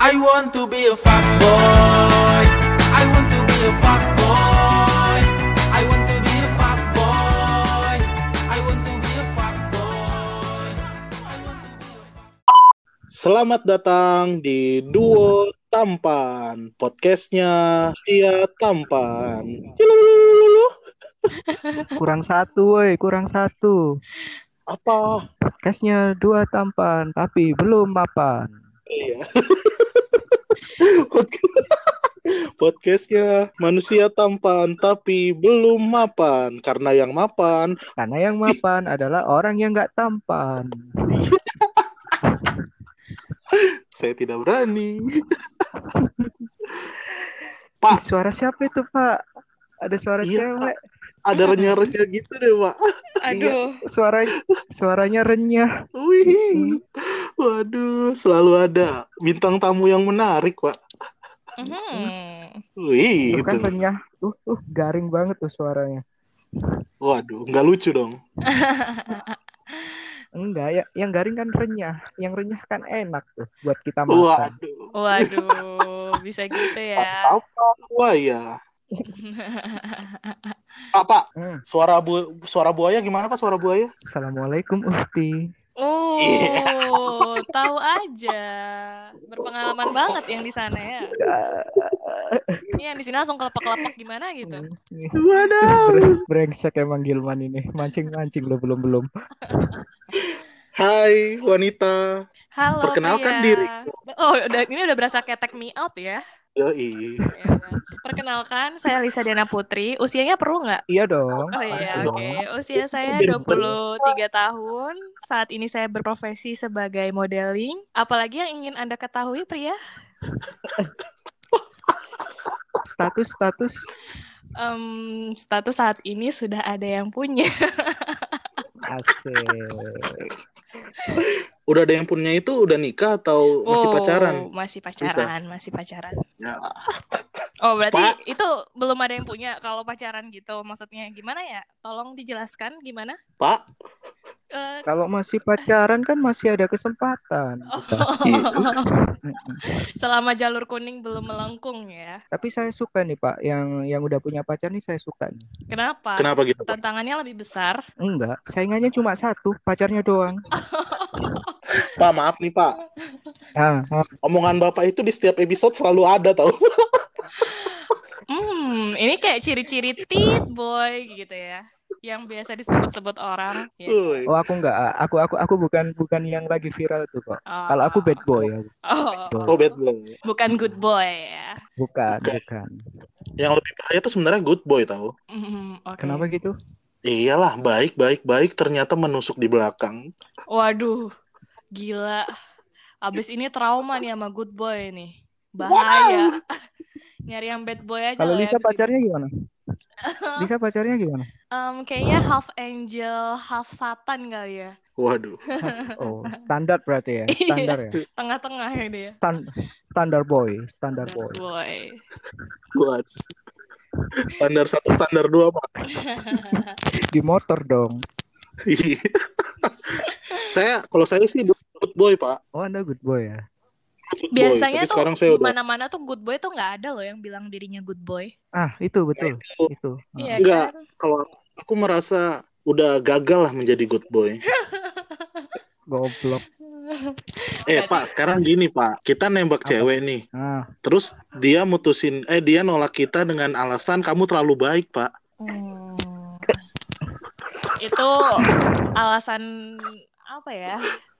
I want to be a fuckboy. I want to be a fuckboy. I want to be a fuckboy. I want to be a fuckboy. I want to be a fuckboy. Selamat datang di Duo Tampan, podcastnya Sia Tampan. Cilulululu. Kurang satu, woi, kurang satu. Apa? Podcastnya dua tampan, tapi belum mapan. Iya. Podcastnya manusia tampan, tapi belum mapan. Karena yang mapan, Karena yang mapan adalah orang yang nggak tampan. saya tidak berani. Ih, Pak, suara siapa itu, Pak? Ada suara iya, cewek. ada renyah-renyah gitu deh, Pak. Aduh, Suaranya renyah. Wih, waduh, selalu ada bintang tamu yang menarik, Pak. Wih, Tuh kan itu. renyah. Garing banget tuh suaranya. Waduh, nggak lucu dong. Enggak, ya, yang garing kan renyah. Yang renyah kan enak tuh buat kita makan. waduh, bisa gitu ya. Apa buaya? Pak, Hmm. suara buaya gimana Pak? Suara buaya? Assalamualaikum, Ukti. Oh, tahu aja. Berpengalaman banget yang di sana ya. Ini yang di sini langsung kelepak-kelepak gimana gitu. Waduh. Brengsek emang Gilman ini. Mancing-mancing lo belum. Hai wanita. Halo, Perkenalkan pria. diri. Oh, ini udah berasa kayak take me out ya. Yoi. Ya udah. Perkenalkan, saya Lisa Diana Putri. Usianya perlu nggak? Iya dong. Oh iya, Dong. oke. Usia saya Biar 23 tahun. Saat ini saya berprofesi sebagai modeling. Apalagi yang ingin Anda ketahui, pria? Status. Status saat ini sudah ada yang punya. Asik. Udah ada yang punya itu udah nikah atau masih pacaran? Masih pacaran. Ya. Oh, berarti Pak. itu belum ada yang punya kalau pacaran gitu. Maksudnya gimana ya? Tolong dijelaskan gimana? Pak. Kalau masih pacaran kan masih ada kesempatan. Selama jalur kuning belum melengkung ya. Tapi saya suka nih Pak, yang udah punya pacar nih saya suka nih. Kenapa? Kenapa gitu Pak? Tantangannya lebih besar. Enggak, saingannya cuma satu, pacarnya doang. Pak, maaf nih Pak. Omongan Bapak itu di setiap episode selalu ada tau. Ini kayak ciri-ciri tit boy gitu ya. Yang biasa disebut-sebut orang. Ya. Oh, aku enggak, aku bukan yang lagi viral tuh kok. Oh. Kalau aku bad boy. Oh, bad boy. Bukan good boy ya. Bukan. Yang lebih bahaya tuh sebenarnya good boy tau. Okay. Kenapa gitu? Iyalah, baik ternyata menusuk di belakang. Waduh, gila. Abis ini trauma nih sama good boy nih. Bahaya. Nyari yang bad boy aja. Kalau Lisa ya, pacarnya gimana? Lisa pacarnya gimana? Kayaknya half angel, half satan kali ya. Waduh. Oh, standar berarti ya? Standar ya? Tengah-tengah ya dia. Standar boy. Waduh. Standar 1, standar 2 Pak. Di motor dong. Kalau saya sih good boy Pak. Oh, Anda good boy ya? Good Biasanya boy. Tapi tuh sekarang saya di udah mana-mana tuh good boy tuh nggak ada loh yang bilang dirinya good boy. Itu betul. Itu. Iya enggak. kan? Kalau aku merasa udah gagal lah menjadi good boy. Goblok. Pak, sekarang gini Pak, kita nembak cewek nih. Terus dia dia nolak kita dengan alasan kamu terlalu baik Pak. Itu alasan apa ya?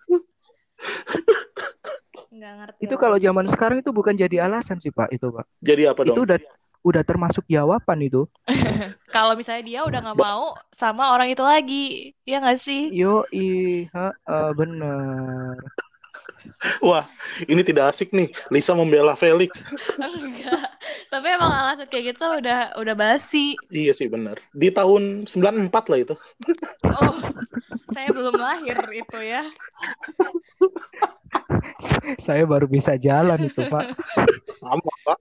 Nggak ngerti. Itu kalau zaman sekarang itu bukan jadi alasan sih Pak, itu Pak. Jadi apa dong? Itu udah termasuk jawaban itu. Kalau misalnya dia udah nggak mau sama orang itu lagi, ya nggak sih? Bener. Wah, ini tidak asik nih. Lisa membela Felix. Enggak. Tapi emang alasan kayak gitu udah basi. Iya sih benar. Di tahun 94 lah itu. Oh, saya belum lahir itu ya. Saya baru bisa jalan itu Pak. Sama Pak.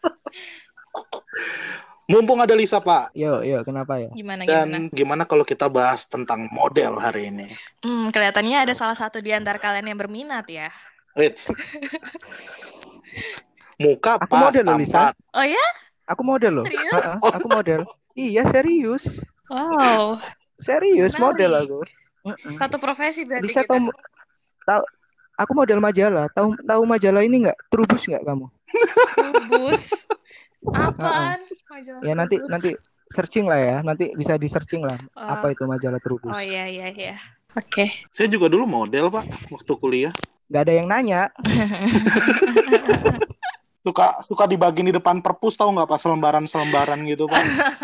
Mumpung ada Lisa Pak. Yo, kenapa ya? Dan gimana kalau kita bahas tentang model hari ini? Kelihatannya ada salah satu di antara kalian yang berminat ya. Wait. Muka Aku pas, model loh, Lisa. tampan. Oh ya? Aku model loh. Serius? Aku model. Iya, serius. Wow. Serius Menarik. model aku. Satu profesi berarti Lisa kita. tahu aku model majalah. Tahu majalah ini nggak? Trubus nggak kamu? Trubus. Apaan? Majalah Ya nanti Trubus. searching lah ya. Nanti bisa di searching lah. Apa itu majalah Trubus? Oh iya. Oke. Saya juga dulu model, Pak, waktu kuliah. Nggak ada yang nanya. Suka dibagi di depan perpus, tahu nggak, Pak, selembaran gitu, Pak.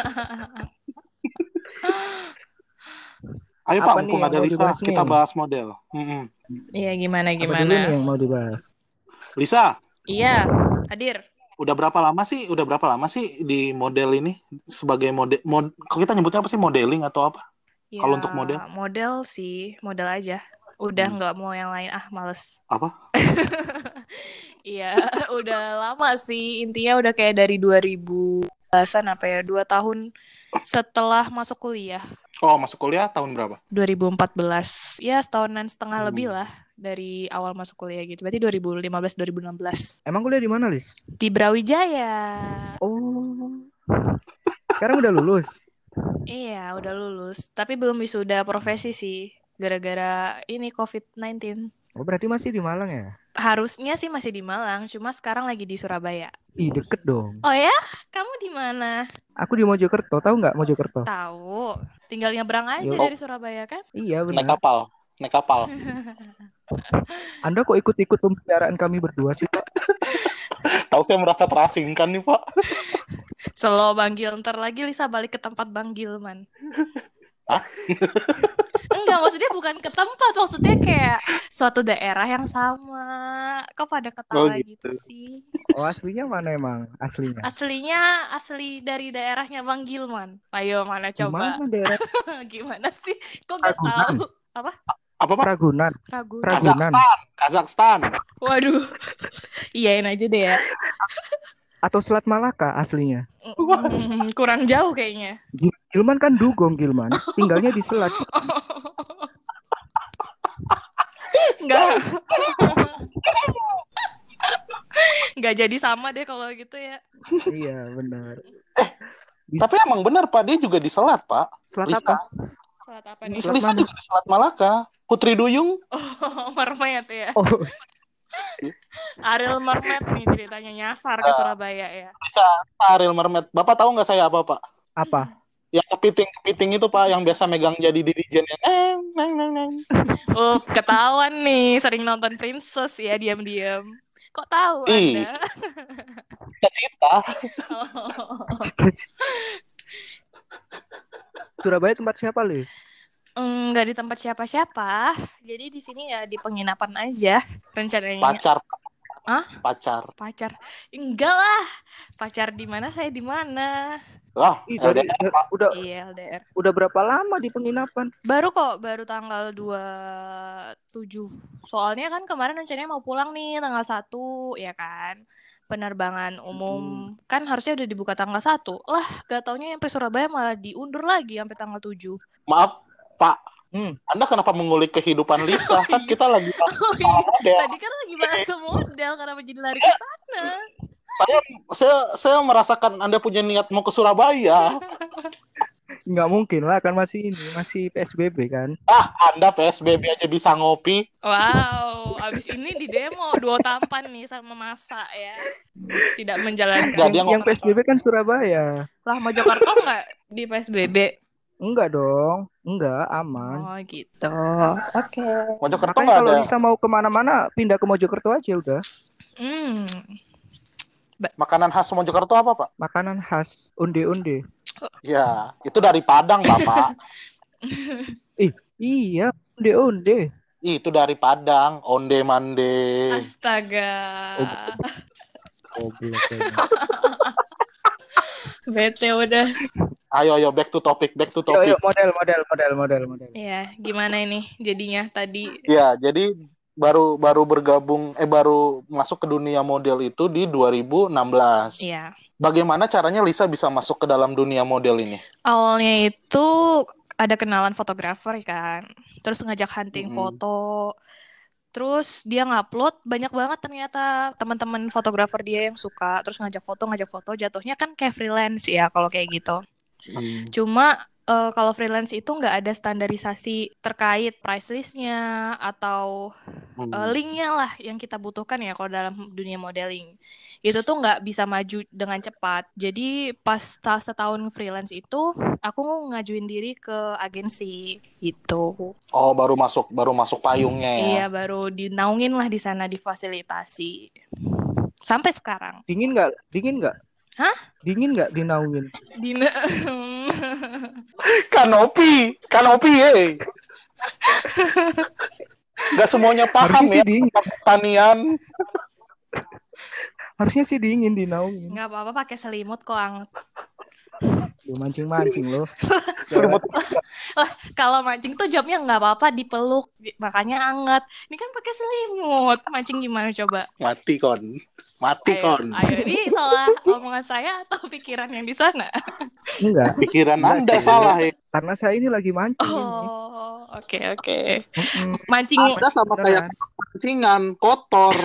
Ayo Pak, Apa nih mumpung yang ada mau Lisa, dibahas kita nih? bahas model. Iya, gimana? Apa dulu nih yang mau dibahas? Lisa, Iya, hadir. udah berapa lama sih di model ini sebagai model? Kalau kita nyebutnya apa sih, modeling atau apa? Ya, Kalau untuk model? Model sih, model aja. Udah nggak mau yang lain, males. Apa? Iya, udah lama sih. Intinya udah kayak dari 2010-an 2 tahun setelah masuk kuliah. Oh, masuk kuliah tahun berapa? 2014. Ya, setahunan setengah lebih lah dari awal masuk kuliah gitu. Berarti 2015-2016. Emang kuliah di mana, Lis? Di Brawijaya. Oh. Sekarang udah lulus. Iya, udah lulus. Tapi belum wisuda profesi sih. Gara-gara ini COVID-19. Oh, berarti masih di Malang ya? Harusnya sih masih di Malang, cuma sekarang lagi di Surabaya. Ih, deket dong. Oh ya? Kamu di mana? Aku di Mojokerto. Tahu nggak Mojokerto? Tahu. Tinggal nyebrang aja Yo. dari Surabaya kan? Iya, Naik benar. kapal. Anda kok ikut-ikut pembicaraan kami berdua sih, Pak? Tahu saya merasa terasingkan nih, Pak. Slow Bang Gil, ntar lagi Lisa balik ke tempat Bang Gilman. Hah? Enggak, maksudnya bukan ke tempat, maksudnya kayak suatu daerah yang sama. Kok pada ketawa gitu sih? Oh, aslinya mana emang? Aslinya? Asli dari daerahnya Bang Gilman. Ayo, mana coba? Gimana daerah? Gimana sih? Kok gak tahu? Apa? Apa, Pak? Ragunan. Ragunan. Kazakhstan. Waduh. Iyain aja deh ya. Atau Selat Malaka aslinya? Kurang jauh kayaknya. Gilman kan dugong, Gilman. Tinggalnya di Selat. Enggak. Enggak jadi sama deh kalau gitu ya. Iya, benar. Tapi emang benar, Pak, dia juga di Selat, Pak. Selat Lisa. apa? Selat apa nih? Lisa juga di Selat Malaka. Putri Duyung. Oh, mermaid ya. Oh. Ariel Mermaid nih ceritanya, nyasar ke Surabaya ya. Bisa Ariel Mermaid. Bapak tahu nggak saya apa, Pak? Apa? Yang kepiting itu, Pak, yang biasa megang jadi dirijen yang Oh, ketahuan nih, sering nonton Princess ya, diam-diam. Kok tahu Anda? Cita-cita. Surabaya tempat siapa, Lis? Nggak di tempat siapa-siapa. Jadi di sini ya di penginapan aja rencananya. Pacar. Hah? Pacar. Enggak lah. Pacar di mana, saya di mana? Lah, LDR. Udah berapa lama di penginapan? Baru tanggal 27. Soalnya kan kemarin rencananya mau pulang nih tanggal 1, ya kan. Penerbangan umum kan harusnya udah dibuka tanggal 1. Lah, gak taunya sampai Surabaya malah diundur lagi sampai tanggal 7. Maaf, Pak. Anda kenapa mengulik kehidupan Lisa? Kan kita lagi model. Tadi kan lagi bahas model, kenapa jadi lari ke sana? Saya merasakan Anda punya niat mau ke Surabaya. Nggak mungkin lah, kan masih PSBB kan. Anda PSBB aja bisa ngopi. Wow, abis ini di demo 2 tampan nih sama masa ya. Tidak menjalankan. Yang PSBB kan Surabaya. Lah, Mojokerto nggak di PSBB? Enggak dong, enggak, aman. Oh gitu, oke. Mojokerto nggak ada. Kalau Lisa mau kemana-mana, pindah ke Mojokerto aja udah. Makanan khas Mojokerto apa, Pak? Makanan khas onde-onde. Ya, itu dari Padang, Bapak. Iya, onde-onde. Itu dari Padang, onde-mande. Astaga. Oh, Bete udah. Ayo, back to topic. Yo, model. Iya, gimana ini jadinya tadi? Ya, jadi baru masuk ke dunia model itu di 2016. Iya. Bagaimana caranya Lisa bisa masuk ke dalam dunia model ini? Awalnya itu ada kenalan fotografer kan, terus ngajak hunting foto. Terus dia ngupload banyak banget ternyata teman-teman fotografer dia yang suka, terus ngajak foto, jatuhnya kan kayak freelance ya kalau kayak gitu. Cuma kalau freelance itu nggak ada standarisasi terkait price list-nya atau link-nya lah yang kita butuhkan ya kalau dalam dunia modeling. Itu tuh nggak bisa maju dengan cepat. Jadi pas setahun freelance itu, aku ngajuin diri ke agensi gitu. Oh, baru masuk payungnya ya. Iya, baru dinaungin lah di sana, difasilitasi. Sampai sekarang. Dingin nggak? Hah? Dingin nggak dinaungin? Kanopi Gak semuanya paham Harusnya ya sih dingin. pertanian. Harusnya sih dingin dinaungin. Nggak apa-apa pakai selimut kok, anget. Lu mancing-mancing lo. Lah, kalau mancing tuh jawabnya nggak apa-apa dipeluk, makanya anget. Ini kan pakai selimut. Mancing gimana coba? Mati kon. Ayo, ini salah omongan saya atau pikiran yang di sana? Enggak. Pikiran Anda salah ya. Karena saya ini lagi mancing. Oh, oke. Mancing. Anda sama kayak mancingan kotor.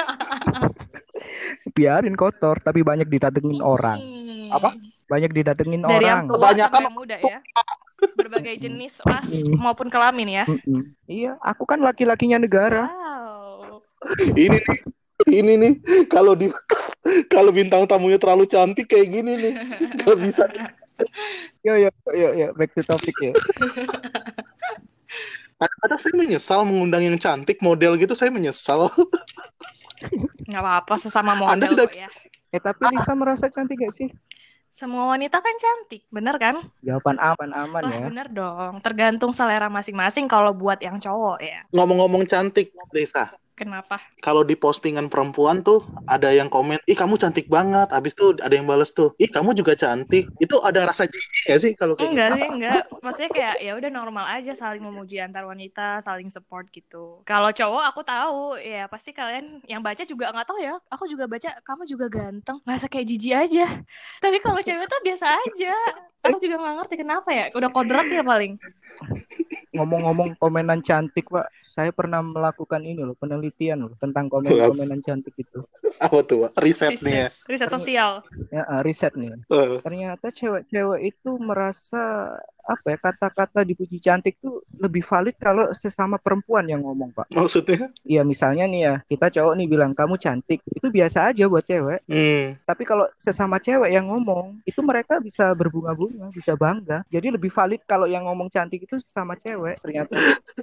Biarin kotor, tapi banyak didatengin orang. Apa? Banyak didatengin Dari orang. yang tua Kebanyakan sampai yang muda ya. Berbagai jenis ras maupun kelamin ya. Iya, aku kan laki-lakinya negara. Wow. Ini nih kalau bintang tamunya terlalu cantik kayak gini nih nggak bisa. Yo, back to topic ya. Kadang-kadang saya menyesal mengundang yang cantik model gitu, saya menyesal. Nggak apa-apa, sesama model Anda tidak- kok ya. Tapi Lisa merasa cantik gak sih? Semua wanita kan cantik, bener kan? Jawaban aman Wah, ya. bener dong. Tergantung selera masing-masing kalau buat yang cowok ya. Ngomong-ngomong cantik, Lisa. Kenapa? Kalau di postingan perempuan tuh ada yang komen, "Ih, kamu cantik banget." Habis itu ada yang balas tuh, "Ih, kamu juga cantik." Itu ada rasa jijik gak sih kalau kayak Enggak sih, enggak. Maksudnya kayak ya udah normal aja, saling memuji antar wanita, saling support gitu. Kalau cowok aku tahu, ya pasti kalian yang baca juga nggak tahu ya. Aku juga baca, kamu juga ganteng. Masa kayak jijik aja. Tapi kalau cewek tuh biasa aja. Aku juga nggak ngerti kenapa ya. Udah kodrat ya paling. Ngomong-ngomong komenan cantik, Pak. Saya pernah melakukan ini loh, penelitian loh tentang komenan cantik itu. Apa tuh, Pak? Riset nih ya. Riset sosial. Ya, riset nih. Ternyata cewek-cewek itu merasa kata-kata dipuji cantik tuh lebih valid kalau sesama perempuan yang ngomong, Pak. Maksudnya? Iya, misalnya nih ya, kita cowok nih bilang kamu cantik, itu biasa aja buat cewek. Tapi kalau sesama cewek yang ngomong, itu mereka bisa berbunga-bunga, bisa bangga. Jadi lebih valid kalau yang ngomong cantik itu sesama cewek ternyata.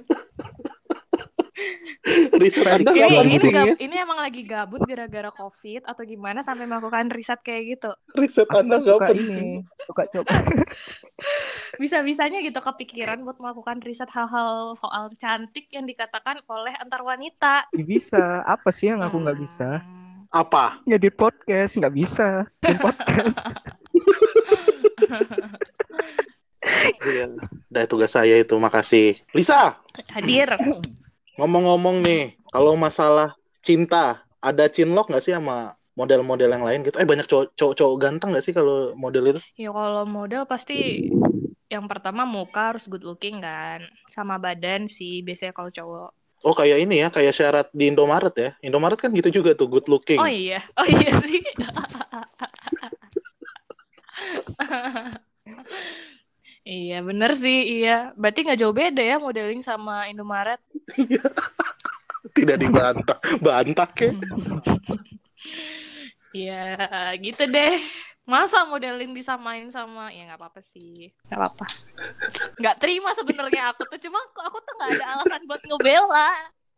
Riset Anda kapan pentingnya? Ini emang lagi gabut gara-gara COVID atau gimana sampai melakukan riset kayak gitu? Riset Anda suka kapan? Ini, suka coba. Bisa-bisanya gitu kepikiran buat melakukan riset hal-hal soal cantik yang dikatakan oleh antar wanita. Bisa. Apa sih yang aku nggak bisa? Apa? Ngedit podcast nggak bisa. Bikin podcast. Udah tugas saya itu, makasih. Lisa, hadir. Ngomong-ngomong nih, kalau masalah cinta, ada cinlok nggak sih sama model-model yang lain gitu? Banyak cowok-cowok ganteng nggak sih kalau model itu? Ya kalau model pasti yang pertama muka harus good looking kan, sama badan sih biasanya kalau cowok. Oh, kayak ini ya, kayak syarat di Indomaret ya. Indomaret kan gitu juga tuh, good looking. Oh iya sih. Iya bener sih, iya. Berarti nggak jauh beda ya modeling sama Indomaret. Tidak dibantah, bantah ke? Iya gitu deh. Masa modeling disamain sama, ya nggak apa-apa sih, nggak apa-apa. Nggak terima sebenarnya aku tuh, cuma aku tuh nggak ada alasan buat ngebela.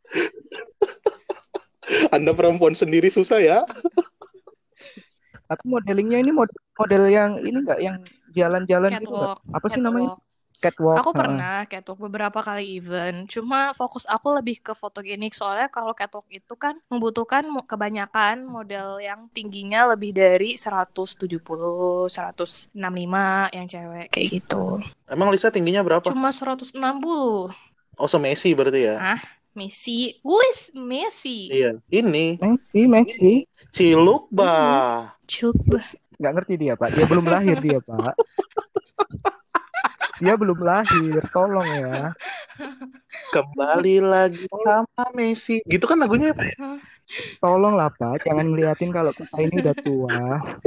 Anda perempuan sendiri susah ya? Tapi modelingnya ini model yang ini nggak, yang jalan-jalan gitu nggak? Apa sih namanya? Catwalk. Aku pernah catwalk beberapa kali event. Cuma fokus aku lebih ke fotogenik. Soalnya kalau catwalk itu kan membutuhkan kebanyakan model yang tingginya lebih dari 170, 165 yang cewek kayak gitu. Emang Lisa tingginya berapa? Cuma 160. Oh, se-Messi berarti ya? Hah? Messi? Who is Messi? Iya, ini. Messi. Ciluk, bah. Nggak ngerti dia, Pak. Dia belum lahir dia, Pak. Dia belum lahir, tolong ya. Kembali lagi sama Messi. Gitu kan lagunya apa ya? Tolonglah Pak, jangan ngeliatin kalau kita ini udah tua.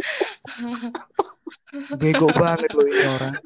Bego banget loh ini orang.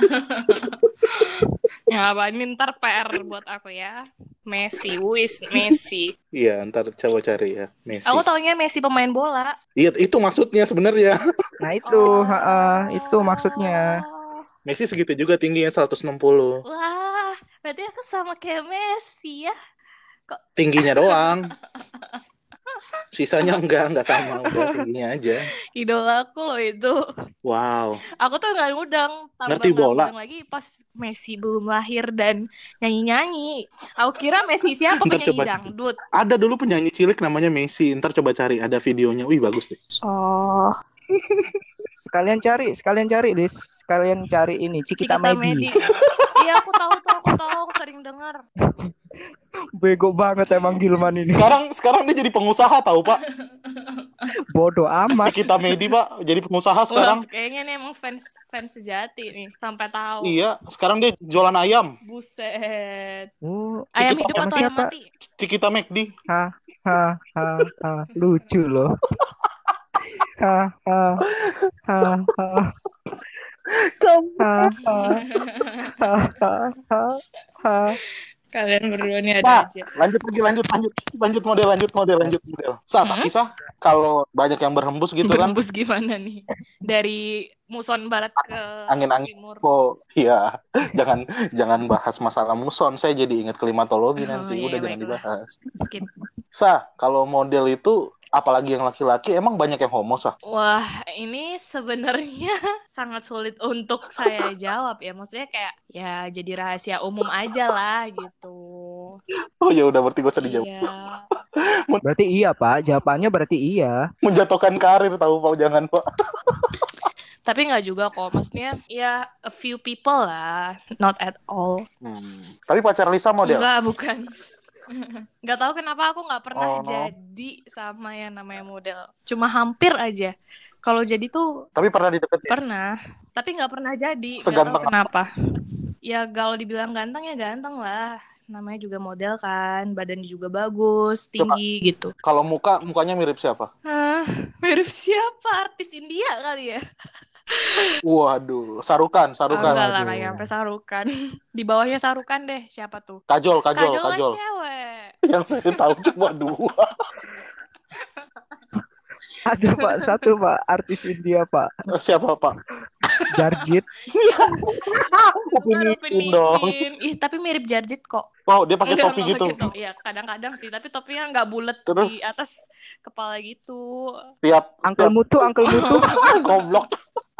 Ya apa ini ntar PR buat aku ya. Messi, Messi. Iya, ntar coba cari ya Messi. Aku taunya Messi pemain bola. Iya, itu maksudnya sebenarnya. Nah itu, itu maksudnya. Messi segitu juga tingginya 160. Wah, berarti aku sama kayak Messi ya. Kok Tingginya doang. Sisanya enggak sama, udah tingginya aja. idola aku loh itu. Wow. Aku tuh nggak ngundang, Ngerti bola. lagi pas Messi belum lahir dan nyanyi-nyanyi. Aku kira Messi siapa Ntar penyanyi coba. dangdut. Ada dulu penyanyi cilik namanya Messi. Ntar coba cari, ada videonya. Wih, bagus deh. Oh, Sekalian cari, Lis. Sekalian cari ini, Cikita Medi. Iya, aku tahu, aku sering dengar. Bego banget emang Gilman ini. Sekarang dia jadi pengusaha tahu Pak. Bodoh amat. Kita Medi Pak jadi pengusaha sekarang. Wah, kayaknya nih emang fans sejati nih sampai tahu. Iya, sekarang dia jualan ayam. Buset. Ayam hidup atau ayam mati? Cikita Medi. Lucu loh. Kalian berdua nih ada Pak, aja. lanjut model. Tapi kalau banyak yang berhembus gitu kan. Berhembus gimana nih? Dari muson barat ke angin timur. Oh iya, jangan bahas masalah muson. Saya jadi ingat klimatologi nanti. Udah jangan dibahas. Skip. Kalau model itu apalagi yang laki-laki emang banyak yang homo Sah? Wah, ini sebenarnya sangat sulit untuk saya jawab ya. Maksudnya kayak ya jadi rahasia umum aja lah gitu. Oh ya udah berarti gak usah dijawab. Iya. Berarti iya Pak, jawabannya berarti iya. Menjatuhkan karir tahu Pak, jangan Pak. Tapi nggak juga kok, maksudnya ya a few people lah, not at all. Tapi pacar Lisa model? Enggak, bukan. Nggak tahu kenapa aku nggak pernah jadi sama yang namanya model. Cuma hampir aja. Kalau jadi tuh. Tapi pernah dideketin? Pernah. Tapi nggak pernah jadi. Seganteng nggak tahu kenapa. Ya kalau dibilang ganteng ya ganteng lah. Namanya juga model kan. Badannya juga bagus, tinggi. Coba, gitu. Kalau mukanya mirip siapa? Mirip siapa? Artis India kali ya? Waduh, Sarukan. Enggak lah, kayak sampai Sarukan. Di bawahnya Sarukan deh, siapa tuh? Kajol. Kan cewek. Yang saya tahu cuma 2. Ada Pak, satu Pak, artis India Pak. Siapa Pak? Jarjit. Upin dong. Tapi mirip Jarjit kok. Wow, dia pakai topi gitu. Iya, kadang-kadang sih, tapi topinya nggak bulat di atas kepala gitu. Tiap Uncle Mutu. Goblok.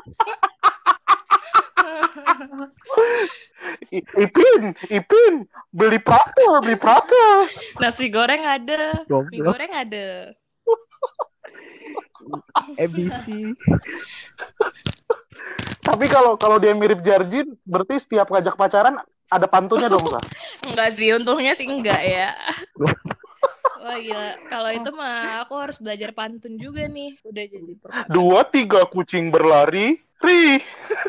Ipin, beli Prata. Nasi goreng ada. Mie goreng ada. ABC. Tapi kalau dia mirip Jarjin, berarti setiap ngajak pacaran ada pantunnya dong, Kak? Enggak sih, untungnya sih enggak ya. Wah gila, kalau itu mah aku harus belajar pantun juga nih. Udah jadi 2, 3 kucing berlari, ri.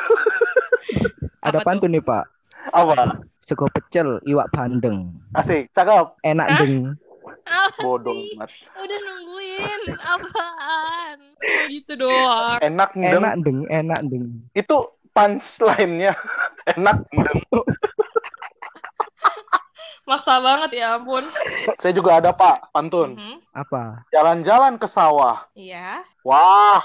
Ada pantun nih Pak. Apa? Sego pecel, iwak bandeng. Asik, cakep. Enak deng. Bodoh banget. Udah nungguin apaan? Gitu doang. Enak deng. Itu punchline-nya. Enak deng. Maksa banget ya ampun. Saya juga ada Pak pantun. Apa? Jalan-jalan ke sawah. Iya. Wah.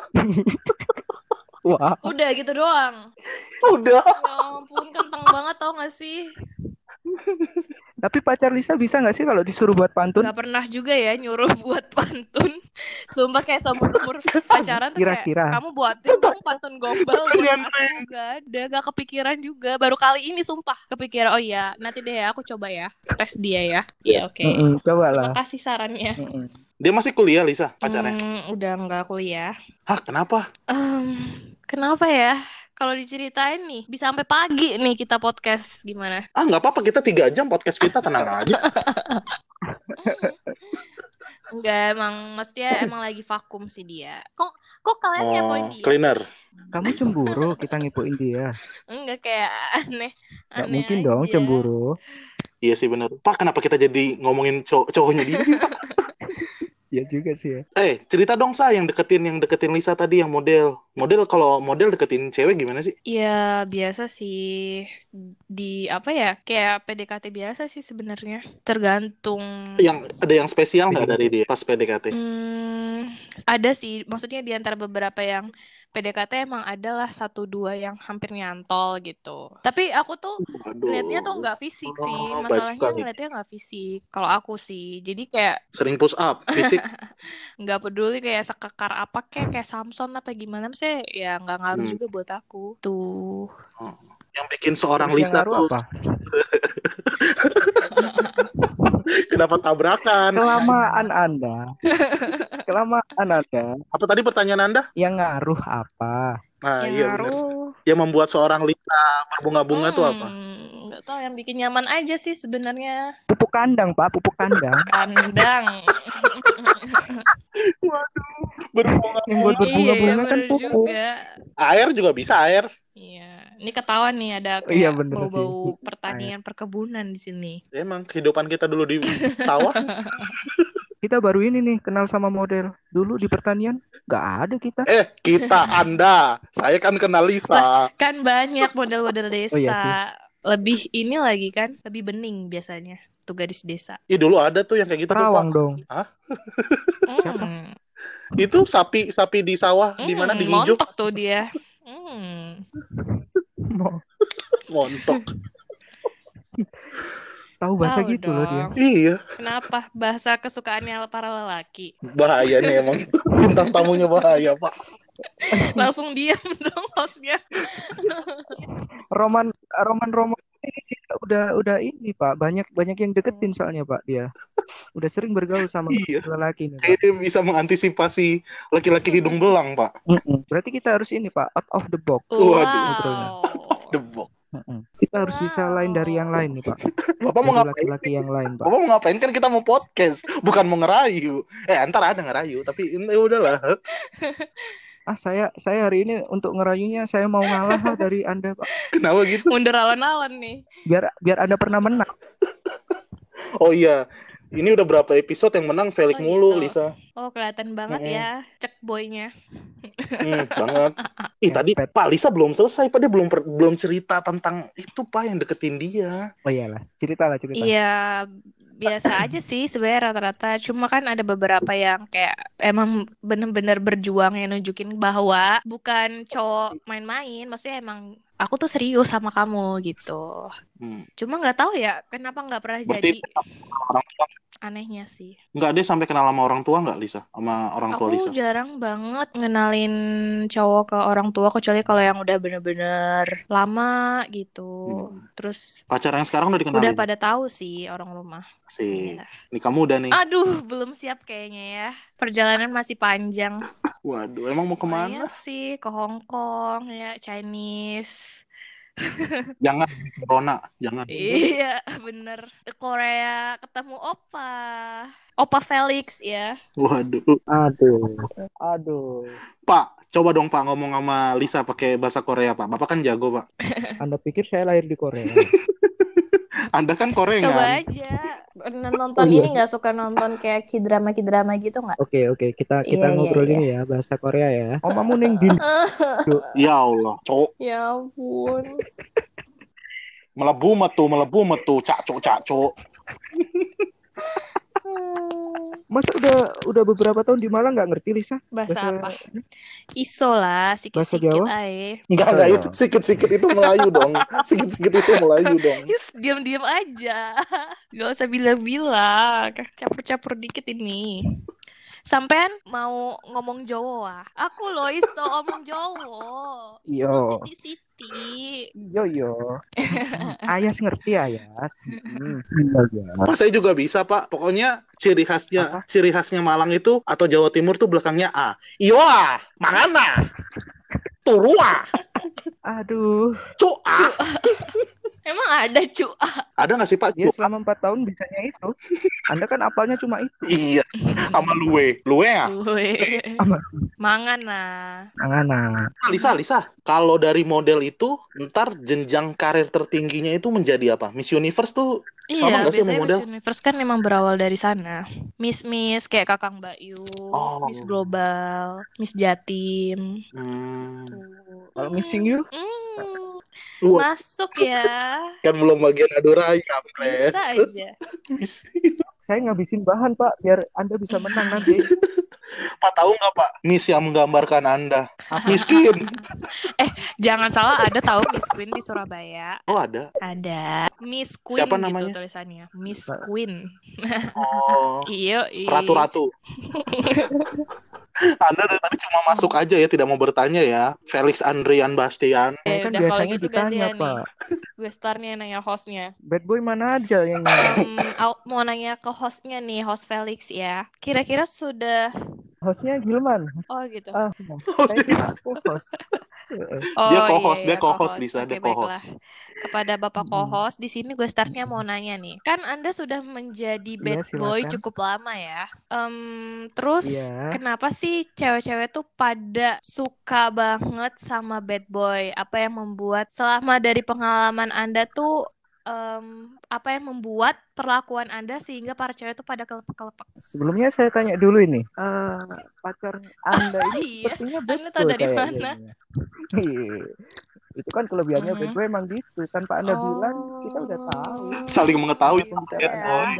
Wah. Udah gitu doang. Udah. Ya ampun, kentang banget tau gak sih? Tapi pacar Lisa bisa gak sih kalau disuruh buat pantun? Gak pernah juga ya nyuruh buat pantun. Sumpah kayak seumur pacaran tuh Kira-kira. Kayak kamu buatin dong pantun gombal buat aku. Gak ada, gak kepikiran juga. Baru kali ini sumpah kepikiran. Oh iya, nanti deh ya aku coba ya. Tes dia ya. Iya oke. Coba lah. Terima kasih sarannya. Dia masih kuliah Lisa pacarnya? Udah gak kuliah. Hah kenapa? Kenapa ya? Kalau diceritain nih, bisa sampai pagi nih kita podcast gimana? Nggak apa-apa, kita 3 jam podcast kita, tenang aja. Enggak, emang lagi vakum sih dia. Kok kalian ngepoin dia? Cleaner. Kamu cemburu kita ngepoin dia? Enggak, kayak aneh. Nggak mungkin dong cemburu. Iya sih benar. Pak, kenapa kita jadi ngomongin cowoknya dia sih, Pak? Iya juga sih ya. Cerita dong yang deketin Lisa tadi yang model. Kalau model deketin cewek gimana sih? Ya biasa sih di apa ya kayak PDKT biasa sih sebenarnya tergantung. Ada yang spesial nggak dari dia pas PDKT? Ada sih, maksudnya di antara beberapa yang PDKT emang adalah 1-2 yang hampir nyantol gitu. Tapi aku tuh liatnya tuh nggak fisik sih, masalahnya ngeliatnya nggak fisik. Kalau aku sih, jadi kayak sering push up, fisik. Nggak peduli kayak sekekar apa kayak Samson apa gimana sih, ya nggak ngaruh juga buat aku tuh. Yang bikin seorang Lisa tuh apa? Kenapa tabrakan? Kelamaan Anda. Apa tadi pertanyaan Anda? Yang ngaruh apa? Nah, iya benar. Yang membuat seorang Lisa berbunga-bunga tuh apa? Nggak tahu, yang bikin nyaman aja sih sebenarnya. Pupuk kandang, Pak, pupuk kandang. Waduh, berbunga-bunga. Yang buat berbunga-bunga kan pupuk. Juga. Air juga bisa, air. Iya, ini ketahuan nih ada kayak bau-bau pertanian, perkebunan di sini. Emang kehidupan kita dulu di sawah. Kita baru ini nih kenal sama model. Dulu di pertanian nggak ada kita. Anda. Saya kan kenal Lisa. Kan banyak model-model desa. Oh, iya sih. Lebih ini lagi kan, lebih bening biasanya tuh gadis desa. Iya dulu ada tuh yang kayak gitu. Perawang dong. Hah? Itu sapi di sawah di mana di hijau. Montok tuh dia. Montok. Tahu bahasa gitu loh dia. Iya. Kenapa? Bahasa kesukaannya para lelaki. Bahaya nih emang. Bintang tamunya bahaya, Pak. Langsung diam dong hostnya. Roman ini udah ini Pak, banyak yang deketin soalnya Pak dia. Udah sering bergaul sama lelaki nih. Dia bisa mengantisipasi laki-laki hidung belang, Pak. Berarti kita harus ini Pak, out of the box. Waduh. The box. Kita harus bisa lain dari yang lain nih Pak. Bapak mau ngapain? Laki-laki yang lain Pak. Bapak mau ngapain, kan kita mau podcast, bukan mau ngerayu. Antar ada ngerayu, tapi udahlah. Saya hari ini untuk ngerayunya saya mau ngalah dari Anda Pak. Kenapa gitu? Mundur alon-alon nih. Biar Anda pernah menang. Oh iya, ini udah berapa episode yang menang Felix mulu gitu. Lisa. Oh kelihatan banget ya cek boynya. Banget. Tadi Pak Lisa belum selesai Pak, dia belum cerita tentang itu Pak yang deketin dia. Oh iyalah, cerita. Iya, biasa aja sih sebenarnya rata-rata. Cuma kan ada beberapa yang kayak emang bener-bener berjuang yang nunjukin bahwa bukan cowok main-main, maksudnya emang aku tuh serius sama kamu gitu. Cuma nggak tahu ya kenapa nggak pernah jadi. Orang tua. Anehnya sih. Nggak, dia sampai kenal sama orang tua nggak Lisa? Sama orang tua Lisa? Aku jarang banget ngenalin cowok ke orang tua, kecuali kalau yang udah bener-bener lama gitu. Terus pacar yang sekarang udah dikenalin? Udah pada tahu sih orang rumah. Sih. Nih kamu udah nih. Aduh, belum siap kayaknya ya. Perjalanan masih panjang. Waduh, emang mau kemana? Banyak sih, ke Hong Kong ya, Chinese. Jangan corona, jangan. Iya, bener. Ke Korea ketemu Opa Felix ya. Waduh. Aduh. Pak, coba dong Pak ngomong sama Lisa pakai bahasa Korea Pak. Bapak kan jago Pak. Anda pikir saya lahir di Korea? Anda kan Korea kan? Coba aja. Nonton ini nggak suka nonton kayak K-drama gitu nggak? Oke, kita ngobrol ini ya bahasa Korea ya. Omamu neng din. Ya Allah, cok. Ya ampun. Melebu metu, cak-cok. Masa udah beberapa tahun di Malang nggak ngerti Lisa? Bahasa apa? Iso lah, sikit-sikit aja. Enggak itu sikit-sikit itu Melayu dong. Sikit-sikit itu Melayu dong. Diam-diam aja. Gak usah bilang-bilang. Campur-campur dikit ini. Sampean mau ngomong Jawa? Aku loh iso ngomong Jawa. Yo. Siti. Yo. Ayas ngerti Ayas. Pak saya juga bisa Pak. Pokoknya ciri khasnya Malang itu atau Jawa Timur tuh belakangnya A. Iya, mangana. Turua. Aduh. Cua. Emang ada cu? Ada nggak sih Pak? Dia selama 4 tahun bisanya itu. Anda kan apalnya cuma itu. Iya. Sama Luwe ya? Mangan lah. Lisa, kalau dari model itu, ntar jenjang karir tertingginya itu menjadi apa? Miss Universe tuh sama nggak sih sama model? Miss Universe kan memang berawal dari sana. Miss kayak Kakang Bayu, Miss Global, Miss Jatim. Kalau Missing You? Masuk ya. Kan belum bagian adu raya, Bisa aja. Saya ngabisin bahan Pak, biar Anda bisa menang nanti. Pak tahu nggak Pak, Miss yang menggambarkan Anda miskin? Jangan salah, ada tahu Miss Queen di Surabaya. Oh ada. Ada Miss Queen. Siapa gitu namanya? Tulisannya Miss Queen. Oh. Iya. Ratu. Anda dari tadi cuma masuk aja ya, tidak mau bertanya ya. Felix Andrian Bastian. Kan udah, biasanya gitu ditanya Pak. Gue startnya nanya hostnya. Bad boy mana aja yang mau nanya ke hostnya nih, host Felix ya. Kira-kira sudah. Hostnya Gilman. Oh gitu. Saya host. Dia co-host Lisa, dia co-host. Kepada Bapak co-host, di sini gue startnya mau nanya nih. Kan Anda sudah menjadi bad boy cukup lama ya. Terus kenapa sih cewek-cewek tuh pada suka banget sama bad boy? Apa yang membuat selama dari pengalaman Anda tuh apa yang membuat perlakuan Anda sehingga para cewek itu pada kelepek-kelepek? Sebelumnya saya tanya dulu ini, pacar Anda ini sepertinya bad Anda tahu dari mana? Itu kan kelebihannya bad boy emang gitu. Tanpa Anda bilang, kita udah tahu. Saling mengetahui bad boy.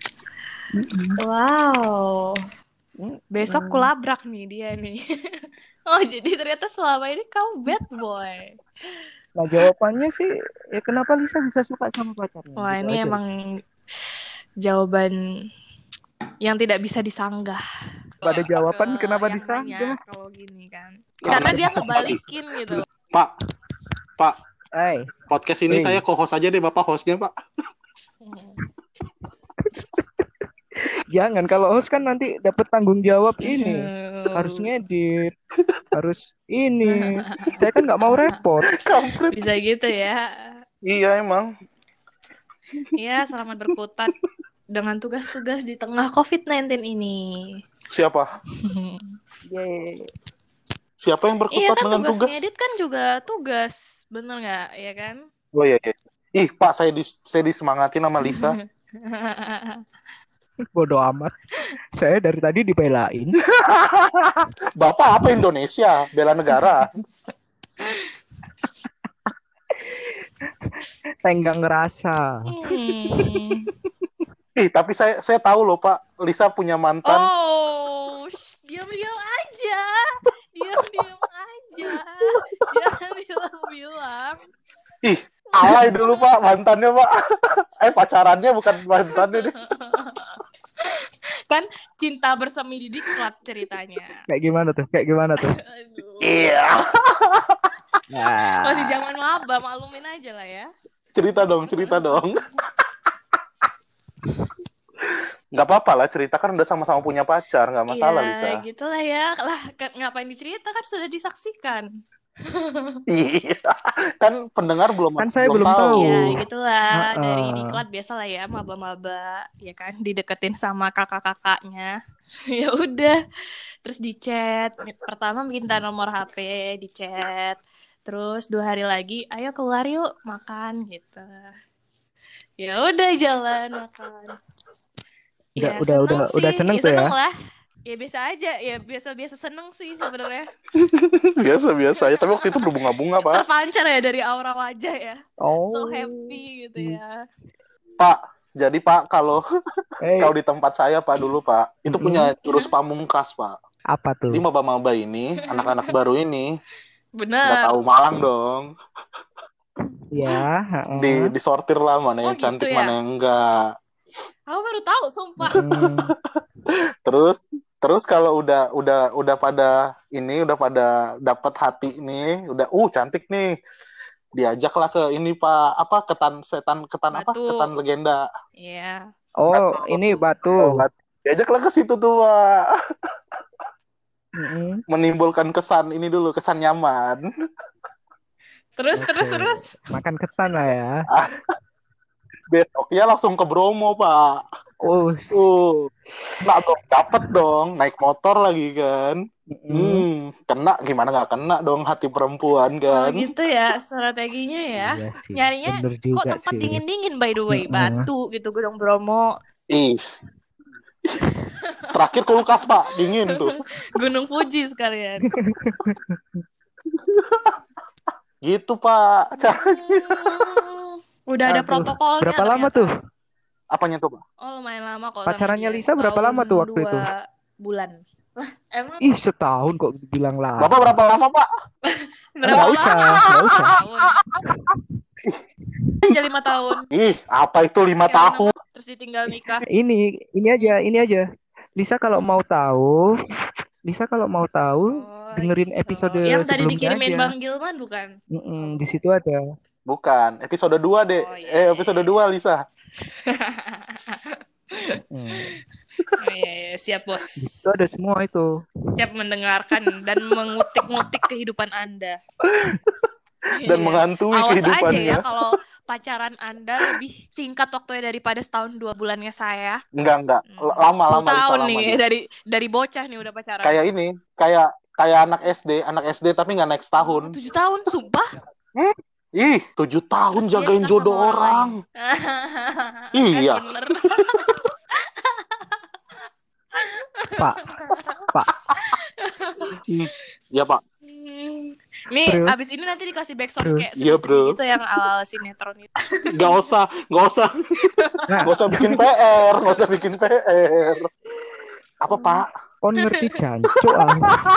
Wow. Besok kulabrak nih dia nih. Oh, jadi ternyata selama ini kamu bad boy. Nah jawabannya sih, ya kenapa Lisa bisa suka sama pacarnya? Wah gitu ini aja. Emang jawaban yang tidak bisa disanggah. Pada jawaban kenapa disanggah? Kalau gini kan. Karena dia ngebalikin gitu. Pak. Hey. Podcast ini saya co-host aja deh, Bapak hostnya Pak. Jangan, kalau host kan nanti dapat tanggung jawab ini. Harus ngedit, harus ini. Saya kan nggak mau repot. Bisa gitu ya. Iya emang. Iya, selamat berkutat dengan tugas-tugas di tengah COVID-19 ini. Siapa? Siapa yang berkutat kan dengan tugas? Ngedit kan juga tugas, bener nggak? Ya kan? Oh iya. Ih Pak, saya disemangatin sama Lisa. Bodoh amat. Saya dari tadi dibelain. Bapak apa Indonesia? Bela negara. Tenggang ngerasa. Tapi saya tahu loh Pak, Lisa punya mantan. Oh, diam-diam aja. Diam-diam aja. Jangan bilang-bilang. Alay dulu Pak, mantannya Pak. Pacarannya bukan mantannya deh. Kan cinta bersemi di diklat ceritanya. Kayak gimana tuh? Aduh. Iya. Masih zaman maba, maklumin aja lah ya. Cerita dong. Nggak apa-apa lah, cerita kan udah sama-sama punya pacar, nggak masalah Lisa. Iya, gitulah ya. Lah, ngapain dicerita kan sudah disaksikan. Iya, kan pendengar belum kan saya belum tahu. Ya gitulah, dari diklat biasa lah ya, maba-maba ya kan, dideketin sama kakak-kakaknya. Ya udah, terus di chat, pertama minta nomor HP, di chat, terus 2 hari lagi ayo keluar yuk makan gitu. Ya udah jalan makan. Udah seneng tuh ya. Lah. Ya biasa aja, ya biasa seneng sih sebenarnya. biasa ya, tapi waktu itu berbunga-bunga Pak. Terpancar ya dari aura wajah ya. Oh. So happy gitu ya. Pak, jadi Pak kalau di tempat saya Pak dulu Pak, itu punya jurus pamungkas Pak. Apa tuh? Jadi maba-maba ini, anak-anak baru ini, benar. Nggak tahu Malang dong. Ya. Disortir lah mana yang cantik gitu ya? mana yang enggak. Aku baru tahu sumpah. Terus kalau udah pada dapat hati nih, udah cantik nih. Diajaklah ke ini Pak, ketan legenda. Iya. Oh, ini Batu. Diajaklah ke situ tuh Pak. Menimbulkan kesan nyaman. Terus. Makan ketan lah ya. Besoknya langsung ke Bromo, Pak. Oh, Nah dong, dapet dong, naik motor lagi kan. Kena gimana nggak kena dong hati perempuan kan. Oh gitu ya strateginya ya. iya sih. Nyarinya Bener kok juga tempat sih. dingin-dingin by the way, Batu gitu Gunung Bromo. Terakhir kulkas, Pak, dingin tuh. Gunung Fuji sekalian. Gitu, Pak. Udah ada Aduh, protokolnya. berapa lama ternyata. tuh? Apanya tuh, Pak? Oh lumayan lama kok. Pacarannya sama dia. Lisa berapa lama tuh waktu itu? 2 bulan. Lah, emang Ih, setahun kok bilang lama. Bapak berapa lama, Pak? Nggak usah. Aja 5 tahun. Ih, apa itu 5 tahun? Terus ditinggal nikah. Ini aja. Lisa kalau mau tahu, dengerin episode yang tadi sebelumnya dikirimin aja. Bang Gilman bukan? Di situ ada. Bukan, episode 2, Dek. Episode 2, Lisa. Iya, siap bos. Itu ada semua itu. Siap mendengarkan dan mengutik-ngutik kehidupan Anda. Dan menghantui kehidupannya. Awas aja ya kalau pacaran Anda lebih singkat waktunya daripada setahun 2 bulannya saya. Enggak. Lama tahun Lisa, nih lama. dari bocah nih udah pacaran. Kayak ini, kayak anak SD tapi nggak naik setahun. 7 tahun, sumpah. Ih, 7 tahun Terus jagain jodoh orang. Iya. Bener. Pak. Iya, Pak. Nih, Bro. abis ini nanti dikasih backsound kayak Iya, bro. gitu yang ala sinetron itu. Nggak usah bikin PR, Apa, Pak? Kon ngerti jancuk ah.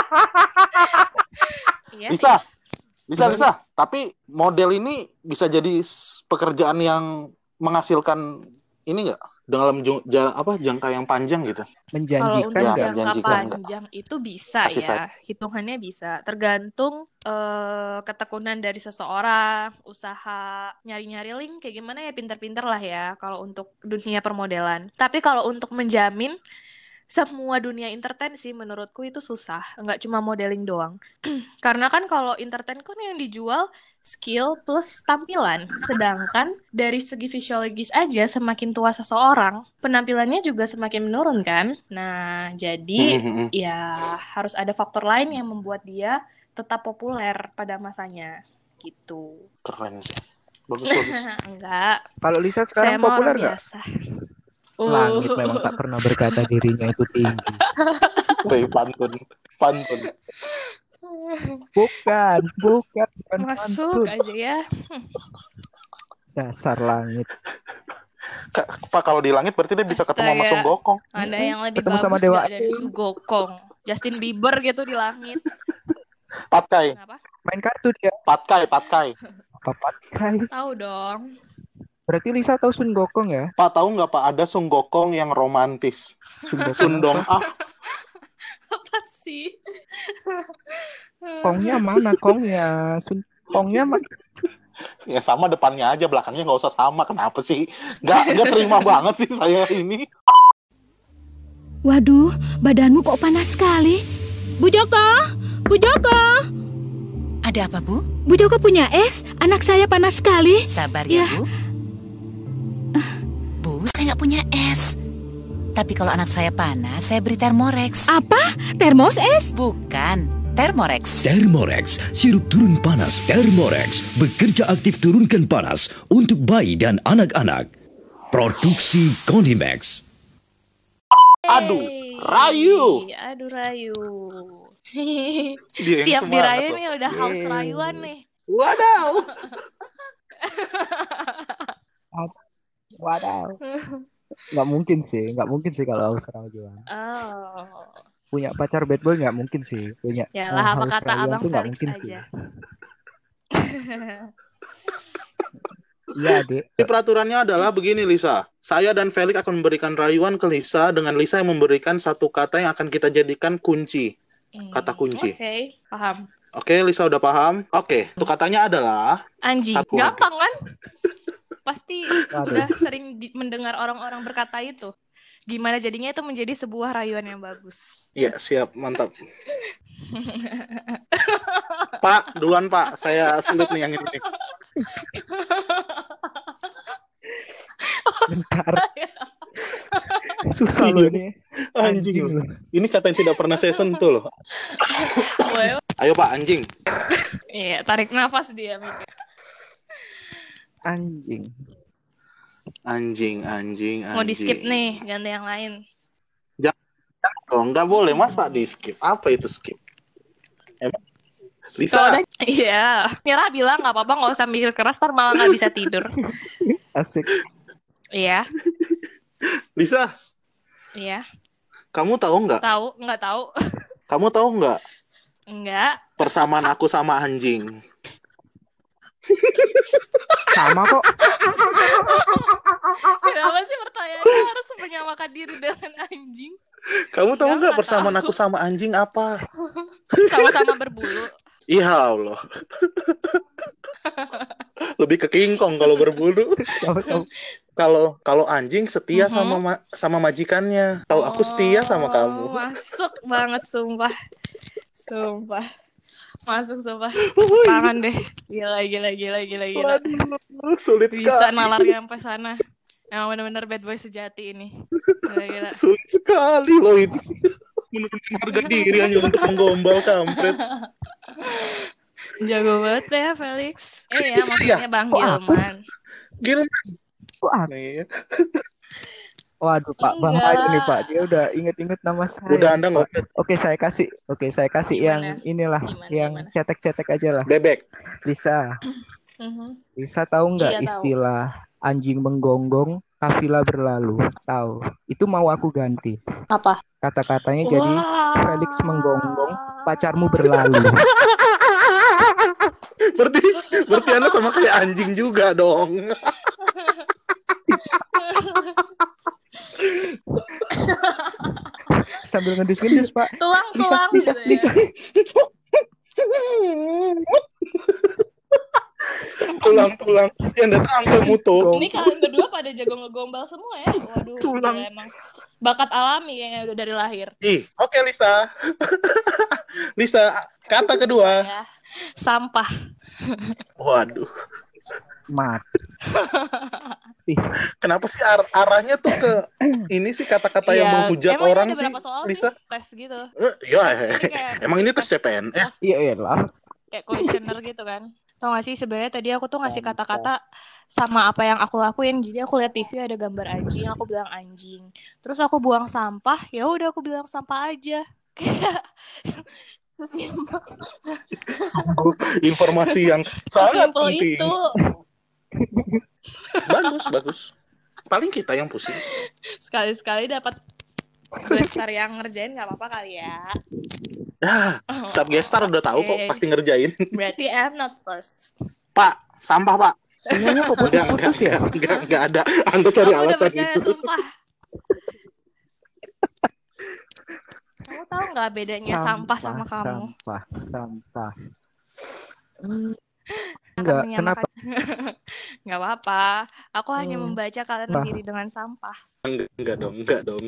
Iya. Bisa. Tapi model ini bisa jadi pekerjaan yang menghasilkan ini nggak? Dalam jangka yang panjang gitu. Menjanjikan. Kalau untuk nggak? jangka panjang itu bisa ya, hitungannya bisa. Tergantung ketekunan dari seseorang, usaha nyari-nyari link kayak gimana ya, pinter-pinter lah ya kalau untuk dunia permodelan. Tapi kalau untuk menjamin semua dunia entertain sih menurutku itu susah, nggak cuma modeling doang. Karena kan kalau entertain kan yang dijual skill plus tampilan, sedangkan dari segi fisiologis aja semakin tua seseorang, penampilannya juga semakin menurun kan. Nah, jadi ya harus ada faktor lain yang membuat dia tetap populer pada masanya gitu. Keren sih. Bagus. Enggak. Kalau Lisa sekarang populer nggak? Langit memang tak pernah berkata dirinya itu tinggi. Wih, pantun. Bukan masuk pantun. aja ya. Dasar langit. Pak, kalau di langit berarti dia bisa ketemu sama Sung Gokong. Ada yang lebih ketemu bagus sama Dewa dari Sung Gokong. Justin Bieber gitu di langit. Patkai. Kenapa? Main kartu dia. Patkai. Apa Patkai? Tahu dong. Berarti Lisa tahu Sun Gokong ya? Pak, tahu nggak, Pak, ada Sung Gokong yang romantis. Sundong Ah. Apa sih? Kongnya mana? Kongnya mana? Ya sama depannya aja, belakangnya nggak usah sama. Kenapa sih? Nggak terima banget sih saya ini. Waduh, badanmu kok panas sekali. Bu Joko. Ada apa, Bu? Bu Joko punya es? Anak saya panas sekali. Sabar ya, Ya. Bu. Bu, saya nggak punya es. Tapi kalau anak saya panas, saya beri Thermorex. Apa? Termos es? Bukan, Thermorex. Thermorex, sirup turun panas Thermorex, bekerja aktif turunkan panas untuk bayi dan anak-anak. Produksi Konimax. Aduh, Rayu. Dia yang Siap semangat dirayu tuh. nih, udah haus rayuan nih. Wadaw. Nggak mungkin sih kalau haus rayuan. Oh. Punya pacar bad boy nggak mungkin sih. Punya Yalah, apa haus kata rayuan Abang tuh nggak Felix mungkin aja. sih. Iya, Dek. Jadi peraturannya adalah begini, Lisa. Saya dan Felix akan memberikan rayuan ke Lisa dengan Lisa yang memberikan satu kata yang akan kita jadikan kunci. Kata kunci. Oke, paham. Oke, Lisa udah paham? Oke, itu katanya adalah Anjing, Satu. gampang kan? Pasti Waduh. udah sering mendengar orang-orang berkata itu. gimana jadinya itu menjadi sebuah rayuan yang bagus. Iya, siap, mantap. Pak, duluan Pak, saya sulit nih yang ini. Bentar. Susah loh ini. Anjing Anjing loh. Ini kata yang tidak pernah saya sentuh loh. Well, Ayo Pak, anjing. iya, tarik nafas dia mikir. Anjing. Anjing. Mau di skip nih, ganti yang lain. Oh, nggak boleh, masa di skip? Apa itu skip? Emang Kalau Lisa, udah, iya. Mira bilang nggak apa-apa, nggak usah mikir keras, ntar malah nggak bisa tidur. Asik. Iya, Lisa, iya. kamu tahu nggak? Tahu, nggak tahu? Kamu tahu nggak Enggak. persamaan aku sama anjing? Sama kok. Kenapa sih pertanyaannya harus menyamakan diri dengan anjing? Kamu tahu nggak Nggak persamaan tahu. aku sama anjing apa? Sama-sama berbulu. Ya Allah. Lebih ke King Kong kalau berbulu. Sama-sama. Kalau anjing setia sama majikannya. Kalau aku setia sama kamu. Masuk banget, sumpah. Masuk, sumpah. Tangan deh. Gila. Waduh, sulit Bisa sekali. nalarnya sampai sana. Emang bener-bener bad boy sejati ini. Gila. Sulit sekali loh ini. Menurunkan harga diri hanya untuk menggombal kampret. Jago banget ya, Felix. Ya, Saya. maksudnya Bang Kok aku? Gilman. Gilman. Wah, Nih, waduh Pak, Enggak. bahaya nih Pak. Dia udah inget-inget nama saya. udah Anda nggak usah Oke, saya kasih Gimana? yang inilah, yang Gimana? cetek-cetek aja lah. bebek. Lisa, Mhm. Lisa tahu nggak Iya, tahu. istilah anjing menggonggong, kafilah berlalu? Tahu. Itu mau aku ganti. Apa? Kata-katanya jadi Wah. Felix menggonggong, pacarmu berlalu. Berarti Anda sama kayak anjing juga dong. Sambil ngedus-ngedus Pak. Tulang Lisa, gitu ya. Lisa. Tulang yang datang Uncle Muto. Ini kalian berdua pada jago ngegombal semua ya. Waduh, Tulang. gila emang bakat alami kayaknya udah dari lahir. Ih, oke Lisa. Lisa, kata kedua. Ya. Sampah. Waduh, Mati. kenapa sih arahnya tuh ke ini sih kata-kata yang Iya, menghujat emang orang ini ada sih, berapa soal Lisa? sih? Tes gitu. Ya, kayak- emang ini tes CPNS? Iya lah. Kayak questioner gitu kan. Tau gak sih sebenarnya tadi aku tuh ngasih kata-kata sama apa yang aku lakuin. Jadi aku lihat TV ada gambar anjing, aku bilang anjing. Terus aku buang sampah, ya udah aku bilang sampah aja. Kayak sesimpel Sungguh informasi yang sangat sesimpel penting. itu. Bagus. Paling kita yang pusing. Sekali-sekali dapat besar yang ngerjain nggak apa-apa kali ya. Setiap gestar udah tahu kok Oke. pasti ngerjain. Berarti I'm not first. Pak, sampah Pak. Semuanya kok putus-putus ya? Enggak ada. Anda cari Aku udah alasan percaya, itu. sumpah. Kamu tahu nggak bedanya sampah sama kamu? Sampah. Akan Enggak, menyamakan- kenapa? Nggak apa-apa. Aku hanya membaca kalian Bah. berdiri dengan sampah. Enggak dong.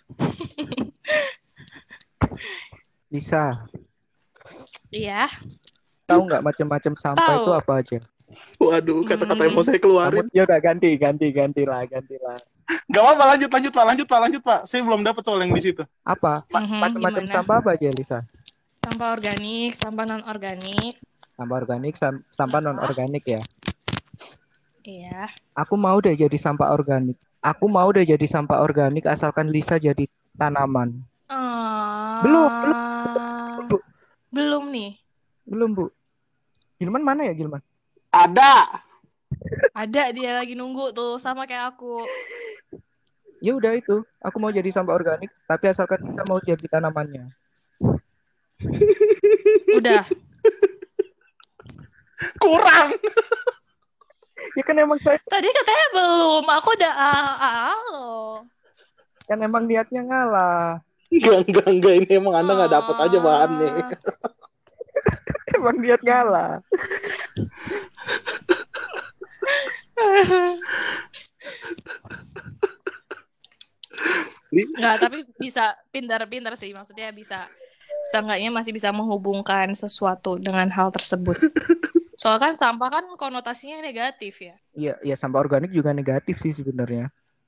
Bisa. Iya. Tahu nggak macam-macam sampah Tahu. itu apa aja? Waduh, kata-kata yang mau saya keluarin. Ya udah ganti lah. Gak apa-apa, lanjut Pak. Saya belum dapat soal yang di situ. Apa? Macam-macam Gimana? sampah apa aja, Lisa? Sampah organik, sampah non organik. Sampah organik, sampah non organik ya. Iya. Aku mau deh jadi sampah organik. Asalkan Lisa jadi tanaman. Belum. Belum nih. Belum, Bu. Gilman mana ya, Gilman? Ada. Ada dia lagi nunggu tuh sama kayak aku. Ya udah itu. Aku mau jadi sampah organik, tapi asalkan Lisa mau jadi tanamannya. Udah. Kurang. Ya kan emang saya Tadi katanya belum. Aku udah loh. kan emang niatnya ngalah. Enggak. Ini emang Anda nggak dapat aja bahannya. Emang niat ngalah. Nggak, tapi bisa pintar-pintar sih. Maksudnya bisa, seenggaknya masih bisa menghubungkan sesuatu dengan hal tersebut. Soalnya kan sampah kan konotasinya negatif ya. Iya, ya sampah organik juga negatif sih sebenarnya.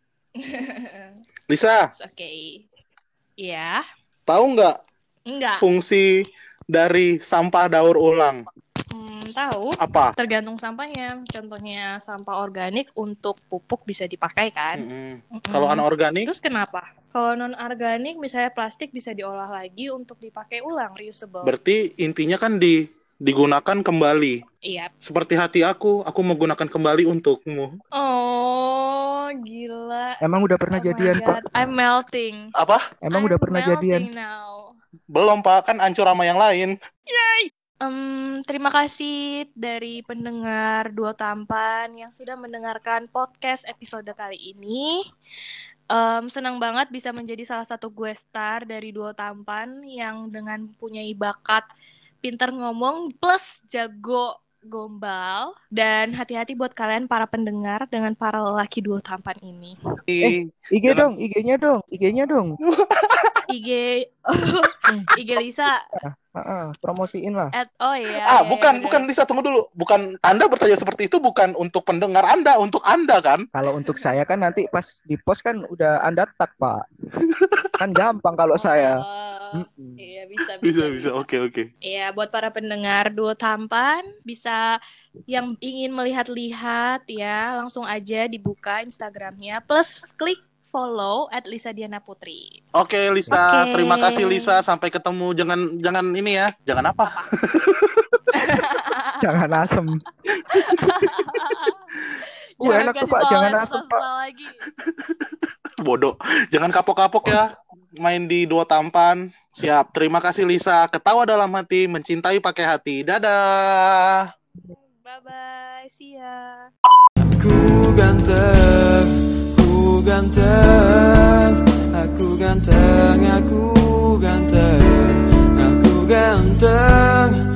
Lisa, Oke. Iya. tahu nggak Enggak. fungsi dari sampah daur ulang? Tahu. Apa? Tergantung sampahnya. Contohnya sampah organik untuk pupuk bisa dipakai kan. Kalau anorganik? Terus kenapa? Kalau non-organik misalnya plastik bisa diolah lagi untuk dipakai ulang, reusable. Berarti intinya kan digunakan kembali. Iya. Seperti hati aku menggunakan kembali untukmu. Oh, gila. Emang udah pernah Oh my jadian, God. Pak? I'm melting. Apa? Emang udah pernah jadian? Now. Belum, Pak. Kan hancur sama yang lain. Terima kasih dari pendengar Duo Tampan yang sudah mendengarkan podcast episode kali ini. Senang banget bisa menjadi salah satu guest star dari Duo Tampan yang dengan punya bakat pintar ngomong plus jago gombal. Dan hati-hati buat kalian para pendengar dengan para lelaki Duo Tampan ini. IG dong, IG-nya dong. IG Lisa. Promosiin lah. Bukan Lisa, tunggu dulu. Bukan, Anda bertanya seperti itu bukan untuk pendengar Anda, untuk Anda kan? Kalau untuk saya kan nanti pas di post kan udah Anda tag, Pak. Kan gampang kalau saya. Iya, bisa. Oke. Iya, buat para pendengar Duo Tampan, bisa yang ingin melihat-lihat ya, langsung aja dibuka Instagramnya, plus klik follow @LisaDianaPutri. Oke, Lisa. Terima kasih, Lisa. Sampai ketemu. Jangan ini ya. Jangan apa? Jangan asem. Enak tuh, Pak. Jangan asem, Pak. Lagi. Bodoh. Jangan kapok-kapok ya. Main di Duo Tampan. Siap. Terima kasih, Lisa. Ketawa dalam hati, mencintai pakai hati. Dadah. Bye-bye. See ya. Aku ganteng, aku ganteng, aku ganteng, aku ganteng, aku ganteng.